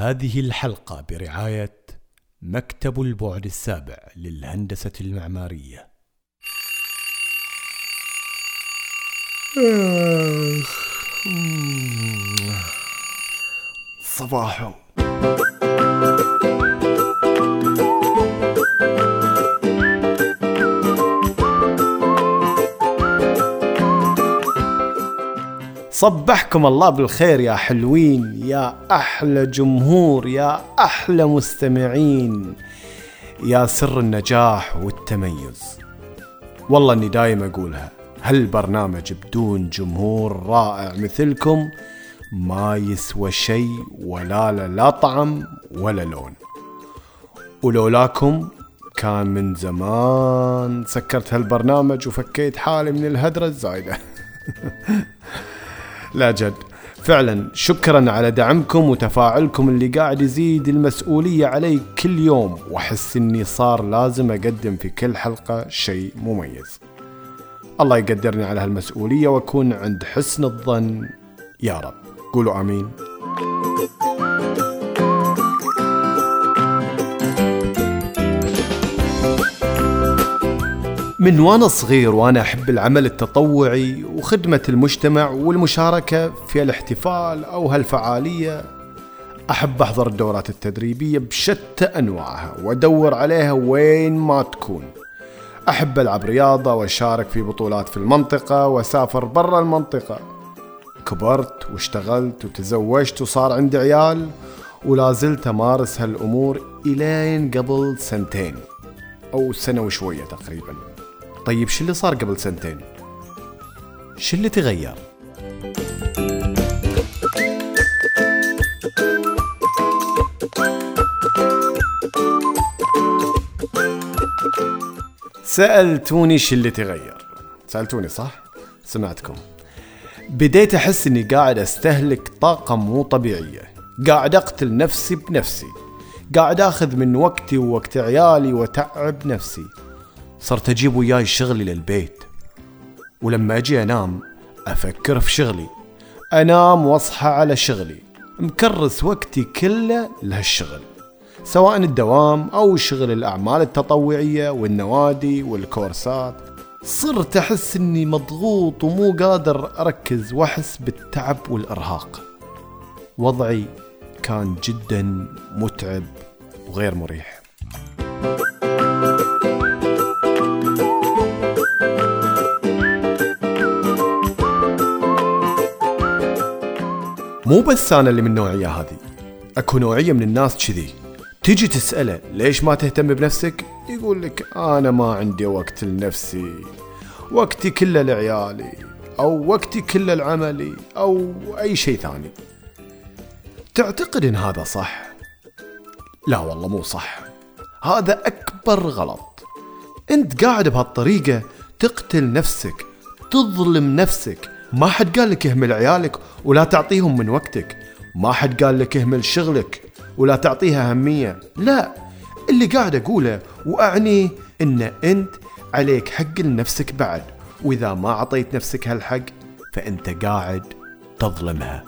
هذه الحلقة برعاية مكتب البعد السابع للهندسة المعمارية. صباحو. صبحكم الله بالخير يا حلوين، يا أحلى جمهور، يا أحلى مستمعين، يا سر النجاح والتميز. والله أني دايم أقولها، هالبرنامج بدون جمهور رائع مثلكم ما يسوى شيء، لا طعم ولا لون. ولولاكم كان من زمان سكرت هالبرنامج وفكيت حالي من الهدرة الزايدة. لا جد فعلا شكرا على دعمكم وتفاعلكم اللي قاعد يزيد المسؤولية علي كل يوم، وأحس اني صار لازم أقدم في كل حلقة شيء مميز. الله يقدرني على هالمسؤولية وأكون عند حسن الظن يا رب. قولوا آمين. من وانا صغير وانا احب العمل التطوعي وخدمة المجتمع والمشاركة في الاحتفال او هالفعالية. احب احضر الدورات التدريبية بشتى انواعها وادور عليها وين ما تكون. احب العب رياضة واشارك في بطولات في المنطقة واسافر برا المنطقة. كبرت واشتغلت وتزوجت وصار عندي عيال، ولا زلت امارس هالامور الين قبل 2 سنين او 1 سنة وشوية تقريبا. طيب شو اللي صار قبل 2 سنين؟ شو اللي تغير؟ سألتوني شو اللي تغير؟ سألتوني صح؟ سمعتكم. بديت أحس أني قاعد أستهلك طاقة مو طبيعية، قاعد أقتل نفسي بنفسي، قاعد أخذ من وقتي ووقت عيالي وتعب نفسي. صرت أجيب وياي شغلي للبيت، ولما أجي أنام أفكر في شغلي، أنام وأصحى على شغلي، مكرس وقتي كله لهالشغل، سواء الدوام أو شغل الأعمال التطوعية والنوادي والكورسات. صرت أحس أني مضغوط ومو قادر أركز وأحس بالتعب والإرهاق. وضعي كان جدا متعب وغير مريح. مو بس أنا اللي من النوعية هذه، أكو نوعية من الناس كذي، تيجي تسأله ليش ما تهتم بنفسك؟ يقول لك أنا ما عندي وقت لنفسي، وقتي كله لعيالي، أو وقتي كله لعملي، أو أي شيء ثاني. تعتقد إن هذا صح؟ لا والله مو صح، هذا أكبر غلط. أنت قاعد بهالطريقة تقتل نفسك، تظلم نفسك. ما حد قال لك اهمل عيالك ولا تعطيهم من وقتك، ما حد قال لك اهمل شغلك ولا تعطيها أهمية. لا، اللي قاعد أقوله وأعني إن أنت عليك حق لنفسك بعد، وإذا ما عطيت نفسك هالحق فأنت قاعد تظلمها.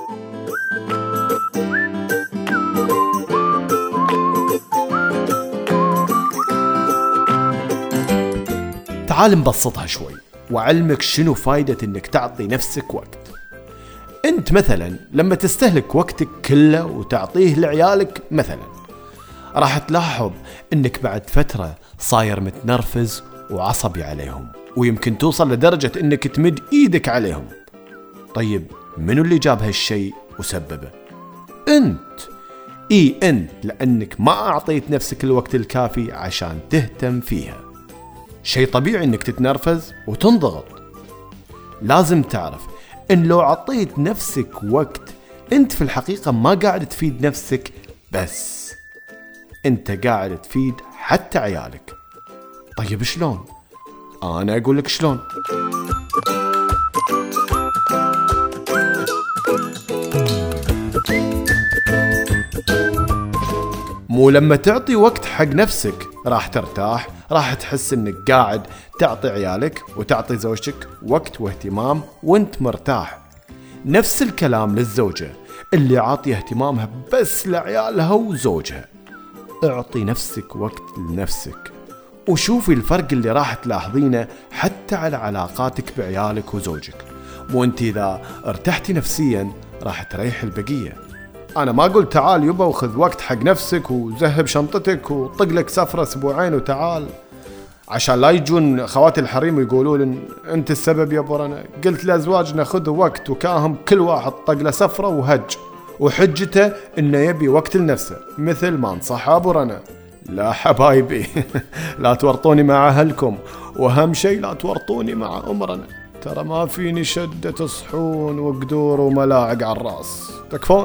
تعال نبسطها شوي وأعلمك شنو فايدة إنك تعطي نفسك وقت. أنت مثلا لما تستهلك وقتك كله وتعطيه لعيالك مثلا، راح تلاحظ إنك بعد فترة صاير متنرفز وعصبي عليهم، ويمكن توصل لدرجة إنك تمد إيدك عليهم. طيب منو اللي جاب هالشيء وسببه؟ أنت. أنت، لأنك ما أعطيت نفسك الوقت الكافي عشان تهتم فيها. شيء طبيعي إنك تتنرفز وتنضغط. لازم تعرف إن لو عطيت نفسك وقت، أنت في الحقيقة ما قاعد تفيد نفسك بس، أنت قاعد تفيد حتى عيالك. طيب شلون؟ أنا أقول لك شلون. مو لما تعطي وقت حق نفسك راح ترتاح، راح تحس انك قاعد تعطي عيالك وتعطي زوجتك وقت واهتمام وانت مرتاح. نفس الكلام للزوجة، اللي عاطية اهتمامها بس لعيالها وزوجها. اعطي نفسك وقت لنفسك، وشوفي الفرق اللي راح تلاحظينه حتى على علاقاتك بعيالك وزوجك. وانت إذا ارتحتي نفسيا راح تريح البقية. أنا ما قلت تعال يبا وخذ وقت حق نفسك وزهب شنطتك وطق لك سفرة أسبوعين وتعال، عشان لا يجون خواتي الحريم ويقولون أنت السبب يا برنا. قلت لأزواجنا خذوا وقت، وكاهم كل واحد طق له سفرة وهج، وحجته إنه يبي وقت لنفسه مثل ما انصح أبو رنا. لا حبايبي لا تورطوني مع أهلكم، وأهم شيء لا تورطوني مع أمرنا. ترى ما فيني شدة صحون وقدور وملاعق على الرأس، تكفون.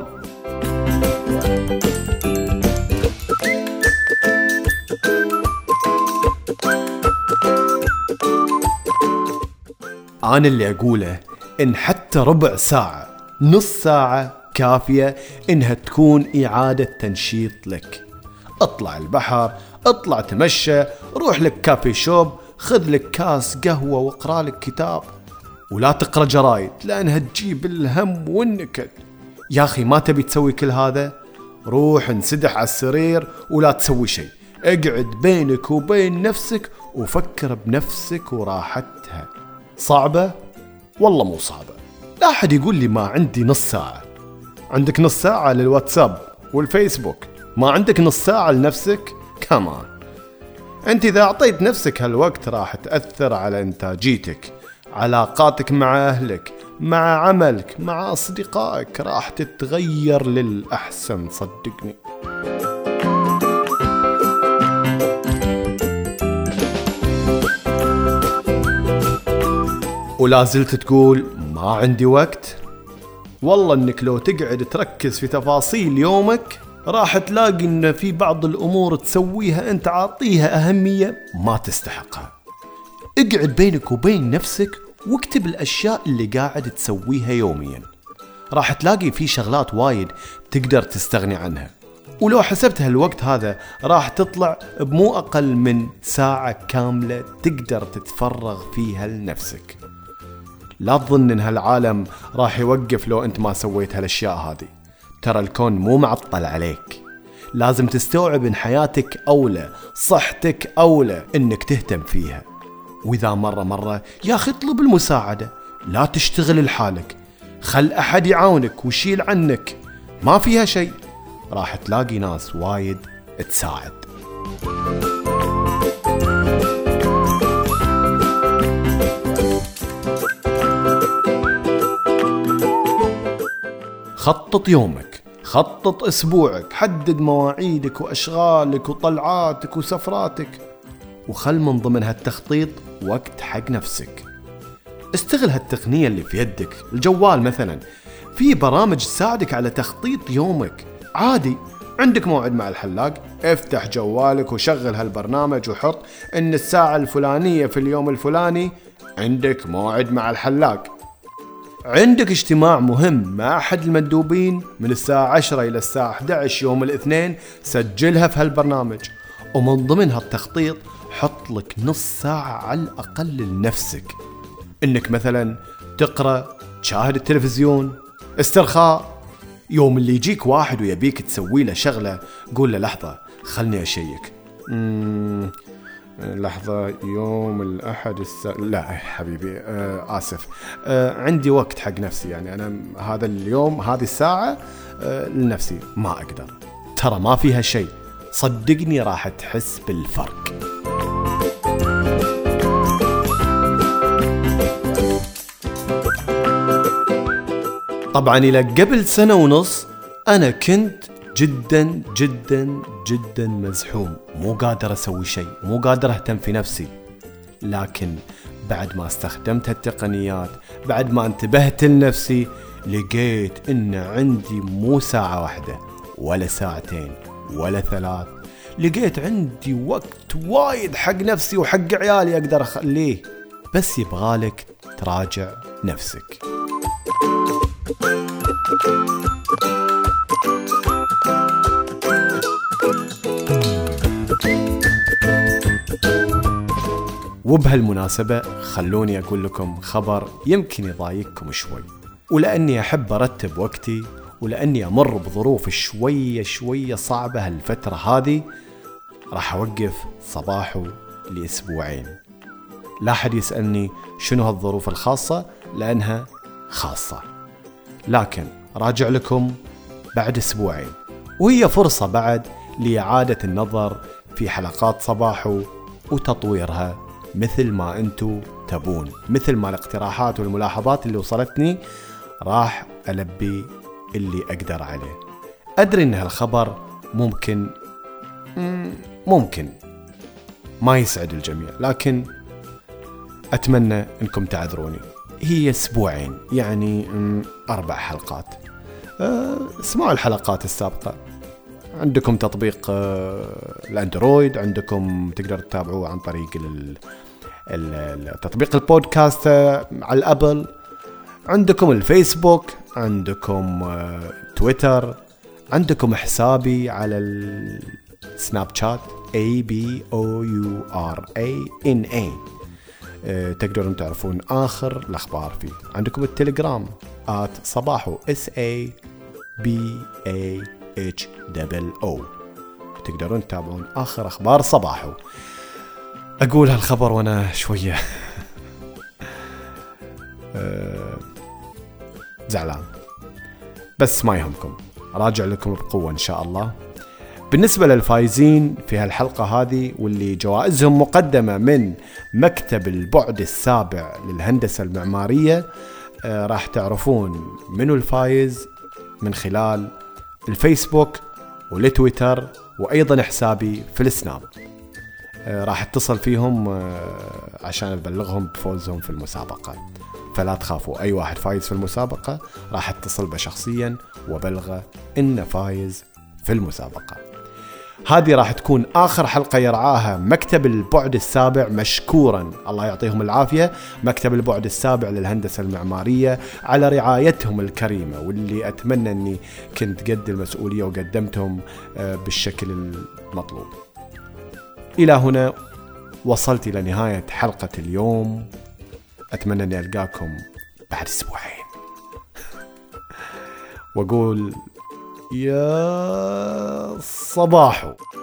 أنا اللي أقوله إن حتى ربع ساعة نص ساعة كافية إنها تكون إعادة تنشيط لك. اطلع البحر، اطلع تمشى، روح لك كافي شوب، خذ لك كاس قهوة واقرأ لك كتاب. ولا تقرأ جرايد لأنها تجيب الهم والنكد. يا أخي ما تبي تسوي كل هذا؟ روح انسدح على السرير ولا تسوي شيء. اقعد بينك وبين نفسك وفكر بنفسك وراحتها. صعبة؟ والله مو صعبة. لا أحد يقول لي ما عندي نص ساعة. عندك نص ساعة للواتساب والفيسبوك، ما عندك نص ساعة لنفسك؟ كمان. أنت إذا أعطيت نفسك هالوقت راح تأثر على إنتاجيتك، علاقاتك مع أهلك، مع عملك، مع أصدقائك، راح تتغير للأحسن صدقني. ولا زلت تقول ما عندي وقت؟ والله انك لو تقعد تركز في تفاصيل يومك راح تلاقي ان في بعض الامور تسويها انت عاطيها اهمية ما تستحقها. اقعد بينك وبين نفسك واكتب الاشياء اللي قاعد تسويها يوميا. راح تلاقي في شغلات وايد تقدر تستغني عنها، ولو حسبت هالوقت هذا راح تطلع بمو اقل من ساعة كاملة تقدر تتفرغ فيها لنفسك. لا تظن ان هالعالم راح يوقف لو انت ما سويت هالاشياء هذه. ترى الكون مو معطل عليك. لازم تستوعب ان حياتك اولى، صحتك اولى انك تهتم فيها. واذا مرة يا اخي اطلب المساعدة، لا تشتغل لحالك، خل احد يعاونك ويشيل عنك، ما فيها شيء. راح تلاقي ناس وايد تساعد. خطط يومك، خطط أسبوعك، حدد مواعيدك وأشغالك وطلعاتك وسفراتك، وخل من ضمن هالتخطيط وقت حق نفسك. استغل هالتقنية اللي في يدك، الجوال مثلا، في برامج تساعدك على تخطيط يومك. عادي عندك موعد مع الحلاق، افتح جوالك وشغل هالبرنامج وحط إن الساعة الفلانية في اليوم الفلاني عندك موعد مع الحلاق. عندك اجتماع مهم مع أحد المندوبين من الساعة 10 إلى الساعة 11 يوم الاثنين، سجلها في هالبرنامج. ومن ضمن هالتخطيط حط لك نص ساعة على الأقل لنفسك، إنك مثلا تقرأ، تشاهد التلفزيون، استرخاء. يوم اللي يجيك واحد ويبيك تسوي له شغلة قول له لحظة خلني أشيك. لحظة، يوم الأحد لا حبيبي آسف، عندي وقت حق نفسي، يعني أنا هذا اليوم هذه الساعة لنفسي ما أقدر. ترى ما فيها شيء، صدقني راح تحس بالفرق. طبعا إلى قبل سنة ونص أنا كنت جدا جدا جدا مزحوم، مو قادر أسوي شيء، مو قادر أهتم في نفسي. لكن بعد ما استخدمت هالتقنيات، بعد ما انتبهت لنفسي، لقيت إن عندي مو ساعة واحدة ولا ساعتين ولا 3، لقيت عندي وقت وايد حق نفسي وحق عيالي أقدر أخليه. بس يبغالك تراجع نفسك. وبهالمناسبة خلوني أقول لكم خبر يمكن يضايقكم شوي، ولأني أحب أرتب وقتي ولأني أمر بظروف شوية صعبة هالفترة هذه، راح أوقف صباحو لأسبوعين. لا أحد يسألني شنو هالظروف الخاصة، لأنها خاصة، لكن راجع لكم بعد أسبوعين، وهي فرصة بعد لإعادة النظر في حلقات صباحو وتطويرها مثل ما أنتو تبون، مثل ما الاقتراحات والملاحظات اللي وصلتني راح ألبي اللي أقدر عليه. أدري إن هالخبر ممكن ما يسعد الجميع، لكن أتمنى إنكم تعذروني. هي أسبوعين، يعني 4 حلقات. اسمعوا الحلقات السابقة، عندكم تطبيق الأندرويد، عندكم تقدر تتابعوه عن طريق تطبيق البودكاست على الأبل، عندكم الفيسبوك، عندكم تويتر، عندكم حسابي على السناب شات ABOURANA، تقدرون تعرفون آخر الأخبار فيه. عندكم التليجرام @صباحو SABAHOO، تقدرون تتابعون آخر أخبار صباحو. أقول هالخبر وأنا شوية زعلان، بس ما يهمكم، راجع لكم بقوة إن شاء الله. بالنسبة للفايزين في هالحلقة هذه واللي جوائزهم مقدمة من مكتب البعد السابع للهندسة المعمارية، راح تعرفون منو الفايز من خلال الفيسبوك والتويتر وأيضا حسابي في السناب. راح اتصل فيهم عشان أبلغهم بفوزهم في المسابقة، فلا تخافوا، أي واحد فايز في المسابقة راح اتصل به شخصيا وبلغه إنه فايز في المسابقة. هذه راح تكون آخر حلقة يرعاها مكتب البعد السابع، مشكورا الله يعطيهم العافية مكتب البعد السابع للهندسة المعمارية على رعايتهم الكريمة، واللي أتمنى أني كنت قد المسؤولية وقدمتهم بالشكل المطلوب. إلى هنا وصلت إلى نهاية حلقة اليوم، أتمنى أني ألقاكم بعد أسبوعين وأقول يا صباحو.